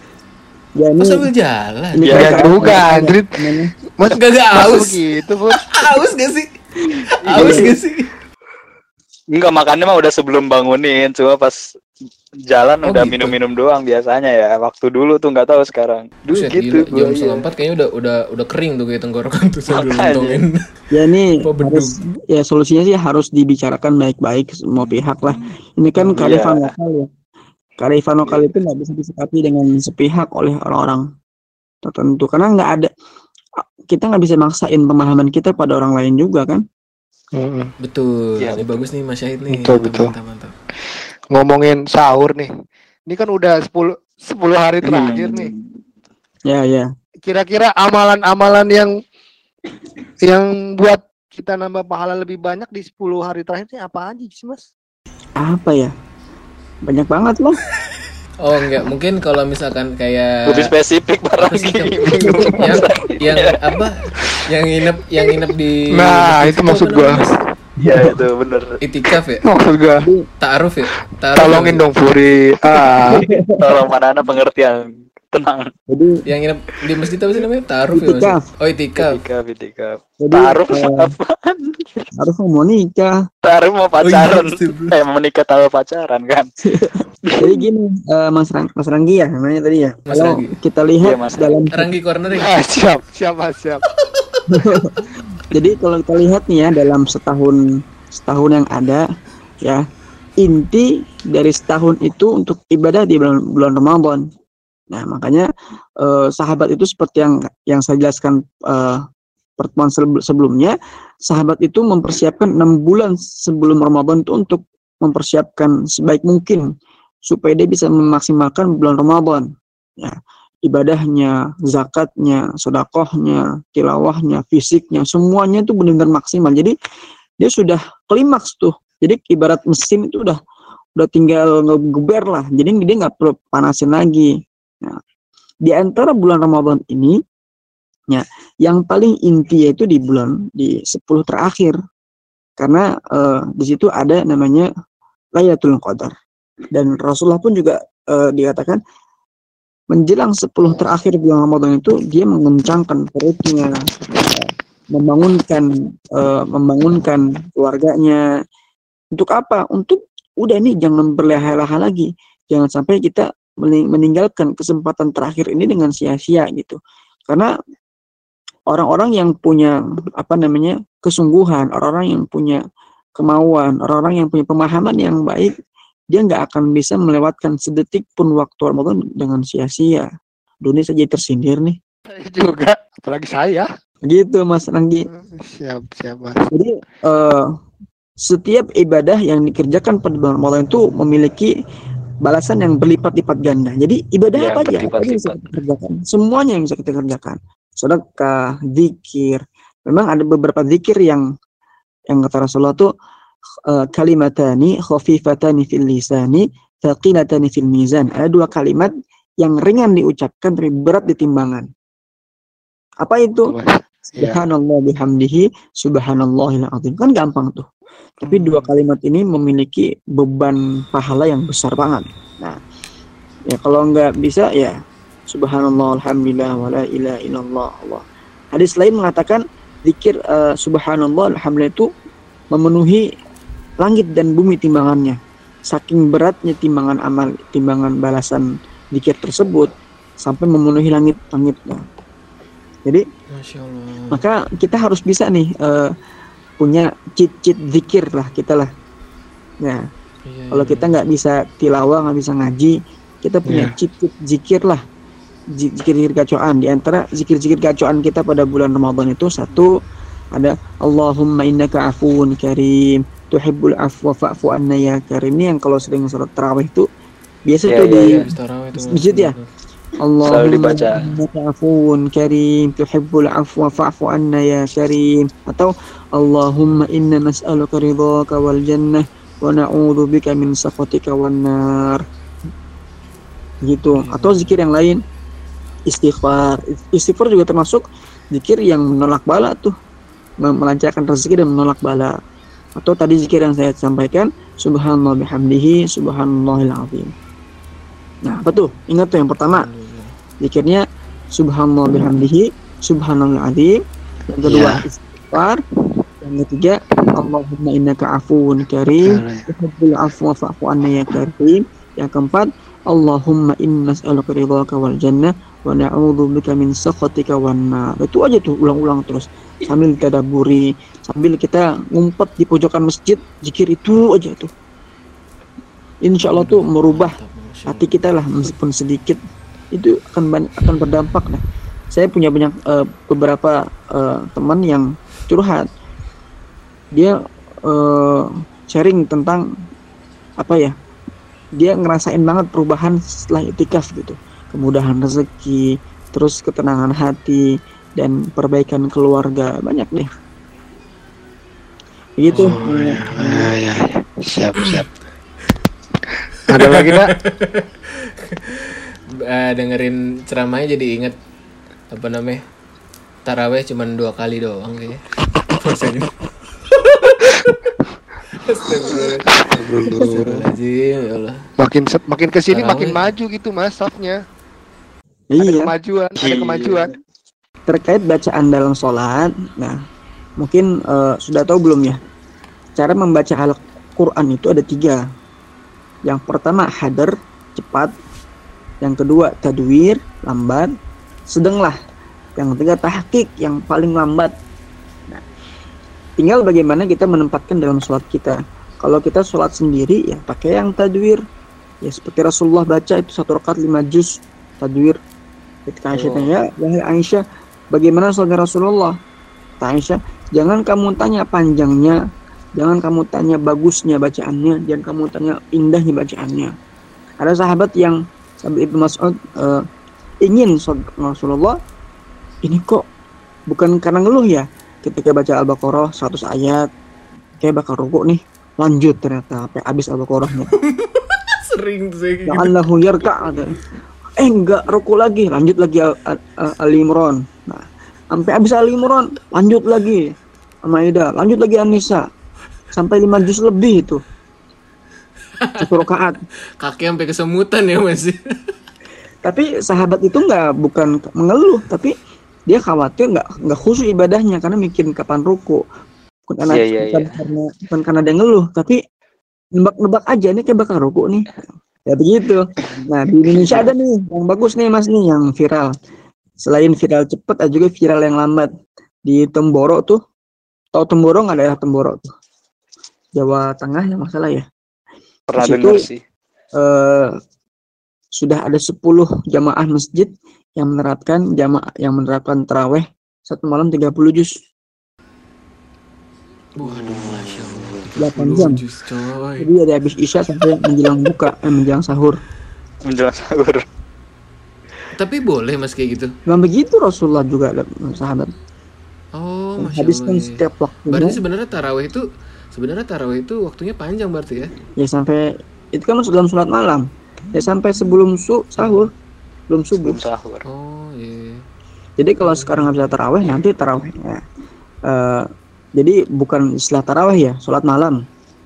Ya ini Oh sambil jalan. ini Ya, Ya kayak- juga Andrit. namanya. Mas Gak gak mas aus. begitu Pur. Aus gak sih? Aus gak sih? Enggak, makannya mah udah sebelum bangunin, cuma pas jalan Oh, udah gitu. minum-minum doang biasanya ya. Waktu dulu tuh nggak tahu sekarang. Dulu Buset, gitu. gila, jam gua, setengah iya. empat kayaknya udah udah udah kering tuh kayak tenggorokan tuh sambil Makanya. nontonin. Ya ini Apa bedug? harus ya solusinya sih harus dibicarakan baik-baik semua pihak lah. Ini kan Hmm, kearifan iya. lokal ya. Kearifan lokal itu nggak bisa disikapi dengan sepihak oleh orang-orang tertentu karena nggak ada kita nggak bisa maksain pemahaman kita pada orang lain juga kan. Mm-mm. Betul. Iya, Ini betul. bagus nih Mas Syahid nih. Betul, Mantap, betul. mantap, mantap. Ngomongin sahur nih. Ini kan udah sepuluh sepuluh hari terakhir Hmm. nih. Ya ya. Kira-kira amalan-amalan yang yang buat kita nambah pahala lebih banyak di sepuluh hari terakhir ini apa aja sih, Mas? Apa ya? Banyak banget loh. Oh enggak, mungkin kalau misalkan kayak Lebih spesifik apa barang sih, gini. Cam? Bingung. yang yang apa? Yang nginep yang nginep di Nah, masjid itu maksud apa gua. namanya, Mas? Iya itu bener. Itikaf ya? Maksud gua, Ta'aruf ya? Ta'aruf tolongin ya? dong Puri. Ah, Tolong mana-mana pengertian. Tenang. Jadi Yang nginep di masjid apa sih namanya? Ta'aruf ya Mas? Itikaf. Oh, itikaf. Itikaf, itikaf. jadi Taruh eh, apaan? harus mau nikah. Taruh mau pacaran. Oh, iya, astagfirullah. eh mau menikah taruh pacaran kan? Jadi gini, eh, Mas Rang, Mas Ranggi ya namanya tadi ya. Mas Kalau Ranggi. kita lihat Iya, Mas dalam Ranggi cornering. ah, siap, siap, Mas, siap. jadi kalau kita lihat nih ya dalam setahun setahun yang ada ya inti dari setahun itu untuk ibadah di bulan, bulan Ramadan. Nah makanya eh, sahabat itu seperti yang yang saya jelaskan eh, pertemuan sel- sebelumnya, sahabat itu mempersiapkan enam bulan sebelum Ramadan itu untuk mempersiapkan sebaik mungkin supaya dia bisa memaksimalkan bulan Ramadan. Ya, ibadahnya, zakatnya, sedekahnya, tilawahnya, fisiknya, semuanya itu benar-benar maksimal. Jadi dia sudah klimaks tuh. Jadi ibarat mesin itu udah udah tinggal ngegeber lah. Jadi dia nggak perlu panasin lagi. Nah, di antara bulan Ramadan ini, ya, yang paling inti yaitu di bulan di sepuluh terakhir, karena eh, di situ ada namanya Lailatul Qadar. Dan Rasulullah pun juga eh, dikatakan menjelang sepuluh terakhir bulan Ramadan itu dia mengencangkan perutnya, eh, membangunkan eh, membangunkan keluarganya. Untuk apa? Untuk udah nih jangan berleha-leha lagi. Jangan sampai kita meninggalkan kesempatan terakhir ini dengan sia-sia gitu. Karena orang-orang yang punya apa namanya kesungguhan, orang-orang yang punya kemauan, orang-orang yang punya pemahaman yang baik, dia nggak akan bisa melewatkan sedetik pun waktu Ramadan dengan sia-sia. Dunia saja tersindir nih. Saya juga, apalagi saya. Gitu Mas Ranggi. Siap, siap, Mas. Jadi eh, setiap ibadah yang dikerjakan pada bulan Ramadan itu memiliki balasan yang berlipat-lipat ganda. Jadi ibadah Ya, apa aja, apa aja yang bisa kita kerjakan. Semuanya yang bisa kita kerjakan. Sedekah, zikir. Memang ada beberapa zikir yang yang kata Rasulullah tuh uh, kalimatani khafifatani fil lisani thaqilatani fil mizan. Ada dua kalimat yang ringan diucapkan tapi berat di timbangan. Apa itu? Subhanallah bihamdihi subhanallahil azim. Kan gampang tuh. Tapi dua kalimat ini memiliki beban pahala yang besar banget. Nah, ya kalau nggak bisa ya subhanallah alhamdulillah wala ilaha illallah Allah. Hadis lain mengatakan zikir uh, subhanallah alhamdulillah itu memenuhi langit dan bumi timbangannya. Saking beratnya timbangan amal, timbangan balasan zikir tersebut sampai memenuhi langit-langitnya. Jadi, Masya Allah. maka kita harus bisa nih uh, punya cheat-cheat zikir lah kita lah. Nah, Iya, kalau iya, kita nggak bisa tilawah, nggak bisa ngaji, kita punya Iya. cheat-cheat zikir lah. Zi- Zikir-zikir gacoan. Di antara zikir-zikir gacoan kita pada bulan Ramadan itu satu ada Allahumma innaka afuwun karim tuhibbul afwa fa'fu anna ya karim. Ini yang kalau sering sholat tarawih itu biasa Iya, tuh iya, di iya. Habis tarawih itu, Mas. masjid ya. Selalu Allahumma dibaca. innaka afuwun karim tuhibbul afwa fa'fu anna ya karim. Atau Allahumma inna nas'aluka ridhaka wal jannah wa na'udzu bika min sakhatika wan nar. Gitu. Atau zikir yang lain istighfar. Istighfar juga termasuk zikir yang menolak bala tuh. Mem- Melancarkan rezeki dan menolak bala. Atau tadi zikir yang saya sampaikan subhanallah bihamdihi subhanallahil azim. Nah, apa tuh? Ingat tuh yang pertama zikirnya subhanallah bihamdihi subhanallahil azim. Yang kedua Iya. istighfar. Yang ketiga Allahumma innaka afuwun karim tuhibbul afwa fa'fu anna ya karim. Yang keempat, Allahumma inna nas'aluka ridhaka wal jannah wa na'udzubika min sakhatika wan nar. Itu aja tuh ulang-ulang terus sambil tadabburi, sambil kita ngumpet di pojokan masjid, zikir itu aja tuh. Insya Allah tuh merubah hati kita lah meskipun sedikit, itu akan banyak, akan berdampak lah. Saya punya banyak uh, beberapa uh, teman yang curhat, dia uh, sharing tentang apa ya, dia ngerasain banget perubahan setelah iktikaf gitu, kemudahan rezeki, terus ketenangan hati dan perbaikan keluarga, banyak deh. Begitu. Oh, ya, ya, ya. Siap, siap. Ada lagi nak? uh, dengerin ceramahnya jadi inget apa namanya, taraweh cuman dua kali doang kayaknya. Maksudnya. Astagfirullahaladzim, ya Allah. Makin makin kesini Tarawih. makin maju gitu mas safnya. Ada Iya. kemajuan, ada Iya. kemajuan. Terkait bacaan dalam sholat, nah mungkin uh, sudah tahu belum ya, cara membaca Al-Quran itu ada tiga. Yang pertama hadar, cepat. Yang kedua tadwir, lambat. Sedanglah. Yang ketiga tahqiq, yang paling lambat. Nah, tinggal bagaimana kita menempatkan dalam sholat kita. Kalau kita sholat sendiri ya pakai yang tadwir, ya seperti Rasulullah baca itu satu rakaat lima juz tadwir. Ketika Aisyah Oh. tanya, wahai Aisyah, bagaimana sholat Rasulullah? Kata Aisyah, jangan kamu tanya panjangnya, jangan kamu tanya bagusnya bacaannya, jangan kamu tanya indahnya bacaannya. Ada sahabat yang sahabat Ibnu Mas'ud uh, ingin sholat Rasulullah, ini kok bukan karena ngeluh ya, ketika baca Al-Baqarah seratus ayat, kayak bakal rukuk nih, lanjut ternyata sampai habis Al-Baqarahnya. Sering tuh saya kayak gitu. La'allahu yarka', eh enggak, rukuk lagi, lanjut lagi Al- Al- Al-Imran. Nah, sampai habis Al-Imran, lanjut lagi Al-Maidah, lanjut lagi An-Nisa, sampai lima juz lebih itu satu rakaat. Kaki sampai kesemutan ya masih. Tapi sahabat itu nggak bukan mengeluh, tapi dia khawatir nggak nggak khusyuk ibadahnya karena mikirin kapan ruku. Bukan karena, Iya, iya, bukan iya. karena bukan karena dia ngeluh, tapi nebak-nebak aja nih kayak bakal ruku nih. Ya begitu. Nah di Indonesia ada nih yang bagus nih mas nih, yang viral. Selain viral cepet, ada juga viral yang lambat. Di Temboro tuh, tahu Temboro nggak, daerah Temboro tuh, Jawa Tengah ya masalah ya. Pernah Di situ, dengar sih. eh, sudah ada sepuluh jamaah masjid yang menerapkan jamaah yang menerapkan taraweh satu malam tiga puluh juz. Waduh, masya Allah. delapan jam. Jus, coy. Jadi dari habis isya sampai menjelang buka, eh, menjelang sahur. Menjelang sahur. Tapi boleh mas kayak gitu. Memang begitu Rasulullah juga ada sahabat. Oh, masya Habiskan Allah. Iya. setiap waktunya. Berarti sebenarnya tarawih itu sebenarnya tarawih itu waktunya panjang berarti ya? Ya sampai itu kan masuk dalam sholat malam. Ya sampai sebelum su sahur, belum subuh. Belum sahur. Oh iya. Jadi kalau sekarang nggak bisa taraweh, nanti tarawehnya. Eh, jadi bukan istilah taraweh ya, sholat malam.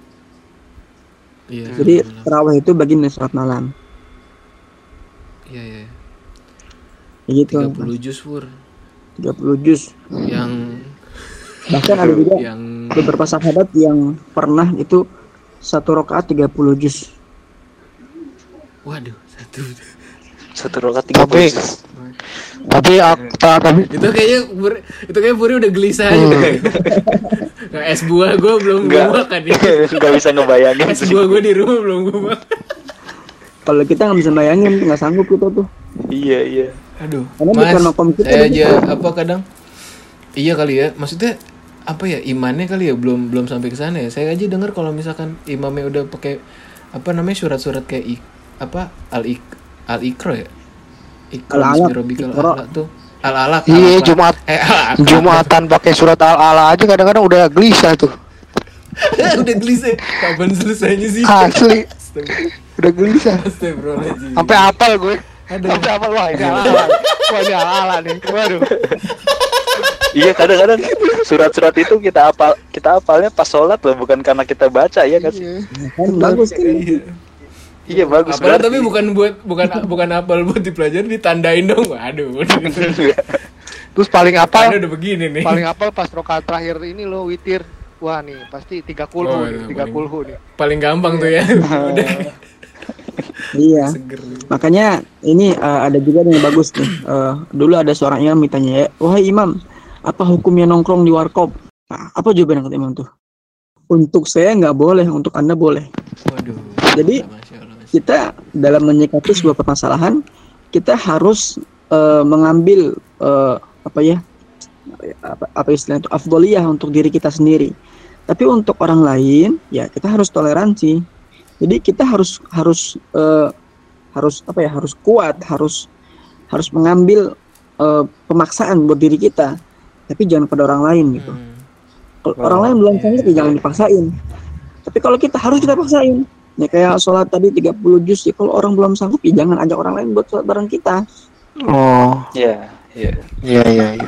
Iya. Jadi malam. taraweh itu bagian dari sholat malam. Iya iya. Begitu. tiga puluh juz Fur. tiga puluh juz. Yang Bahkan ada juga yang beberapa sahabat yang pernah itu satu rakaat tiga puluh juz. waduh, satu. Satu rakaat tiga puluh Tapi- juz. Tapi aku tak tapi Itu kayaknya Pur- itu kayak Puri udah gelisah aja tuh. Nah, es buah gue belum gue Enggak. makan ya. Enggak bisa ngebayangin Es sih. buah gue di rumah belum gue makan. Kalau kita nggak bisa bayangin, nggak sanggup kita tuh. Iya, iya. Aduh, Karena Mas, bukan makom kita, saya jadi aja apa kadang iya kali ya, maksudnya apa ya, imannya kali ya belum belum sampai ke sana ya. Saya aja dengar kalau misalkan imamnya udah pakai apa namanya surat-surat kayak ik, apa al ik al ikro ya, ikro Al-alaq, bismillahirrahmanirrahim Iqra. al tuh al alaq iya Jumat eh al-alaq. Jumatan pakai surat al-ala aja kadang-kadang udah gelisah tuh. Udah gelisah, kapan selesainya sih? Asli Astagfirullah. udah gelisah. Astagfirullahaladzim. Sampai hafal gue. Aduh. Sampai hafal wah ini ala-ala. Wah ini ala-ala nih. Waduh. Iya, kadang-kadang surat-surat itu kita hafal, kita hafalnya pas sholat loh, bukan karena kita baca ya kan? Iya. kan bagus kan. Iya. Iya, bagus Apalagi berarti. tapi bukan buat bukan bukan apal buat dipelajari, ditandain dong. Waduh. Terus paling Karena hafal udah begini nih. paling hafal pas rokaat terakhir ini loh witir. wah nih pasti tiga puluh Oh, nih, iya, tiga puluh paling- nih. Paling gampang tuh ya. Udah Iya. seger. Makanya ini uh, ada juga nih yang bagus nih. Uh, dulu ada seorang imam ditanya, wahai imam, apa hukumnya nongkrong di warkop? Nah, apa jawaban kata imam tuh? Untuk saya nggak boleh, untuk anda boleh. Waduh. Jadi, Masya Allah, Mas. Kita dalam menyikapi sebuah permasalahan, kita harus uh, mengambil uh, apa ya, apa, apa istilah itu afdoliyah untuk diri kita sendiri. Tapi untuk orang lain, ya kita harus toleransi. Jadi kita harus harus uh, harus apa ya harus kuat, harus harus mengambil uh, pemaksaan buat diri kita, tapi jangan pada orang lain gitu. Hmm. Kalau orang lain belum sanggup, ya jangan dipaksain. Tapi kalau kita harus kita paksain. Ya kayak sholat tadi tiga puluh juz, ya kalau orang belum sanggup, ya jangan ajak orang lain buat sholat bareng kita. Oh, Iya, iya. iya iya iya.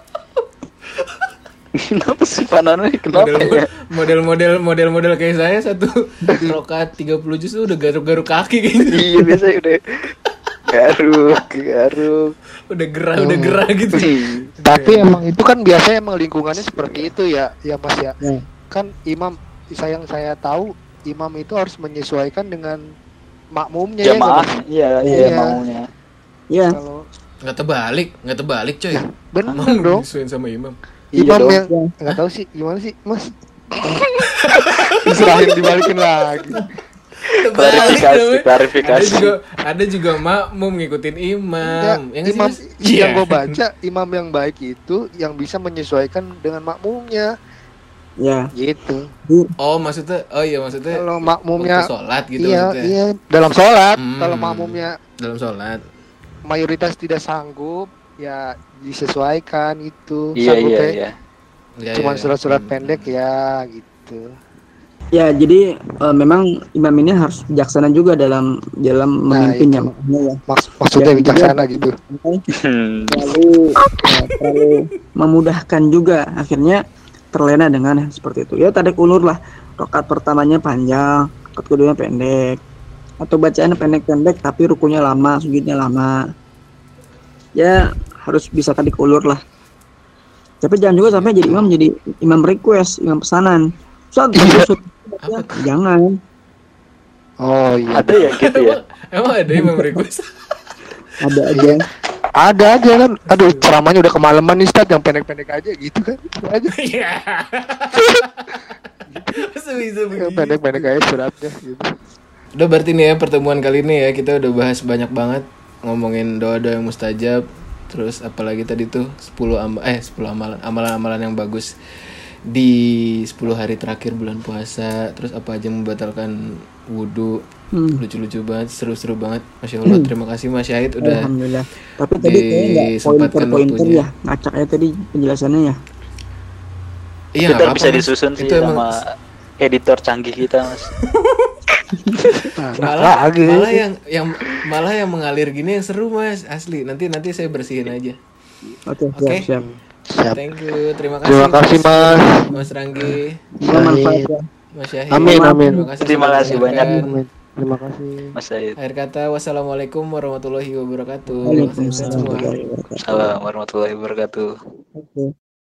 Kenapa sih Pak Nano? Kenapa Model, ya? model-model model-model kayak saya satu rokaat tiga puluh juz tuh udah garuk-garuk kaki gitu. Iya, biasanya udah garuk, garuk. Udah gerah, udah gerah gitu. Tapi emang itu kan biasanya emang lingkungannya seperti itu ya, ya Mas ya. Ya. Kan imam, saya yang saya tahu imam itu harus menyesuaikan dengan makmumnya ya. Jamaah, nggak, Mas? iya, iya, Iya. maunya. Ya, Kalau Nggak terbalik, nggak terbalik coy. bener Mau dong. disesuaiin sama imam. Iya Imam dong. yang nggak tahu sih gimana sih Mas. Diserahin dibalikin lagi. Terbalik Klarifikasi, namanya. klarifikasi. Ada juga ada juga makmum ngikutin imam. Ya, Ya nggak sih, imam Mas? yang Iya. gue baca imam yang baik itu yang bisa menyesuaikan dengan makmumnya ya. gitu. Oh maksudnya, oh iya maksudnya Kalau waktu makmumnya sholat gitu iya maksudnya. iya dalam sholat Hmm. kalau makmumnya Dalam sholat. mayoritas tidak sanggup ya disesuaikan itu. Iya, Sanggup iya, ya, iya. Ya, cuman ya. surat-surat Hmm. pendek ya gitu. Ya, jadi eh, memang imam ini harus bijaksana juga dalam dalam Nah, memimpinnya, itu. makanya ya. Maks maksudnya Ya, bijaksana jadi- gitu. Hmm. Terlalu eh, terlalu memudahkan juga, akhirnya terlena dengan yang seperti itu. Ya tarik ulur lah. Rakaat pertamanya panjang, rakaat keduanya pendek. Atau bacaannya pendek-pendek tapi rukunya lama, sujudnya lama. Ya harus bisa tarik ulur lah. Tapi jangan juga sampai jadi imam jadi imam request, imam pesanan. Ustaz, maksud Apa tuh? jangan. Oh iya. Ada ya gitu ya. Emang ada imam request? Ada aja. Ada aja kan. Aduh, ceramahnya udah kemalaman nih Ustaz, yang pendek-pendek aja gitu kan. Itu aja. Iya. Masa bisa Yang begitu? pendek-pendek aja suratnya gitu. Udah berarti nih ya pertemuan kali ini ya kita udah bahas banyak banget ngomongin doa-doa yang mustajab, terus apalagi tadi tuh sepuluh am eh sepuluh amalan amalan-amalan yang bagus di sepuluh hari terakhir bulan puasa, terus apa aja membatalkan wudhu. Hmm. Lucu-lucu banget, seru-seru banget. Masya Allah, terima kasih Mas Syahid udah Alhamdulillah. Tapi tadi kayaknya nggak disempatkan pointer-pointer waktunya. ya, ngacak ya tadi penjelasannya ya. Iya, Kita nggak bisa apa-apa, Mas. disusun sih Itu emang sama editor canggih kita, Mas. Nah, malah, lagi. malah yang yang malah yang mengalir gini yang seru Mas, asli. Nanti nanti saya bersihin aja. Oke, Oke. siap, siap. Siap. Thank you, terima kasih. Terima kasih Mas. Mas Ranggi, Semoga manfaat ya. Mas Syahid. Amin, amin. Terima sudah kasih banyak. mendengarkan. Amin. Terima kasih. Mas Said. Akhir kata, wassalamualaikum warahmatullahi wabarakatuh. Waalaikumsalam Semua. warahmatullahi wabarakatuh. Assalamualaikum warahmatullahi wabarakatuh. Oke.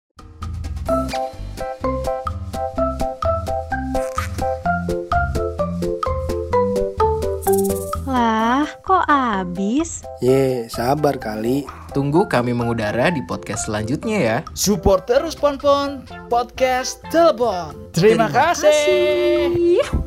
Lah, kok abis? Ye, sabar kali. Tunggu kami mengudara di podcast selanjutnya ya. Support terus Ponpon Podcast Telepon. Terima kasih. Kasih.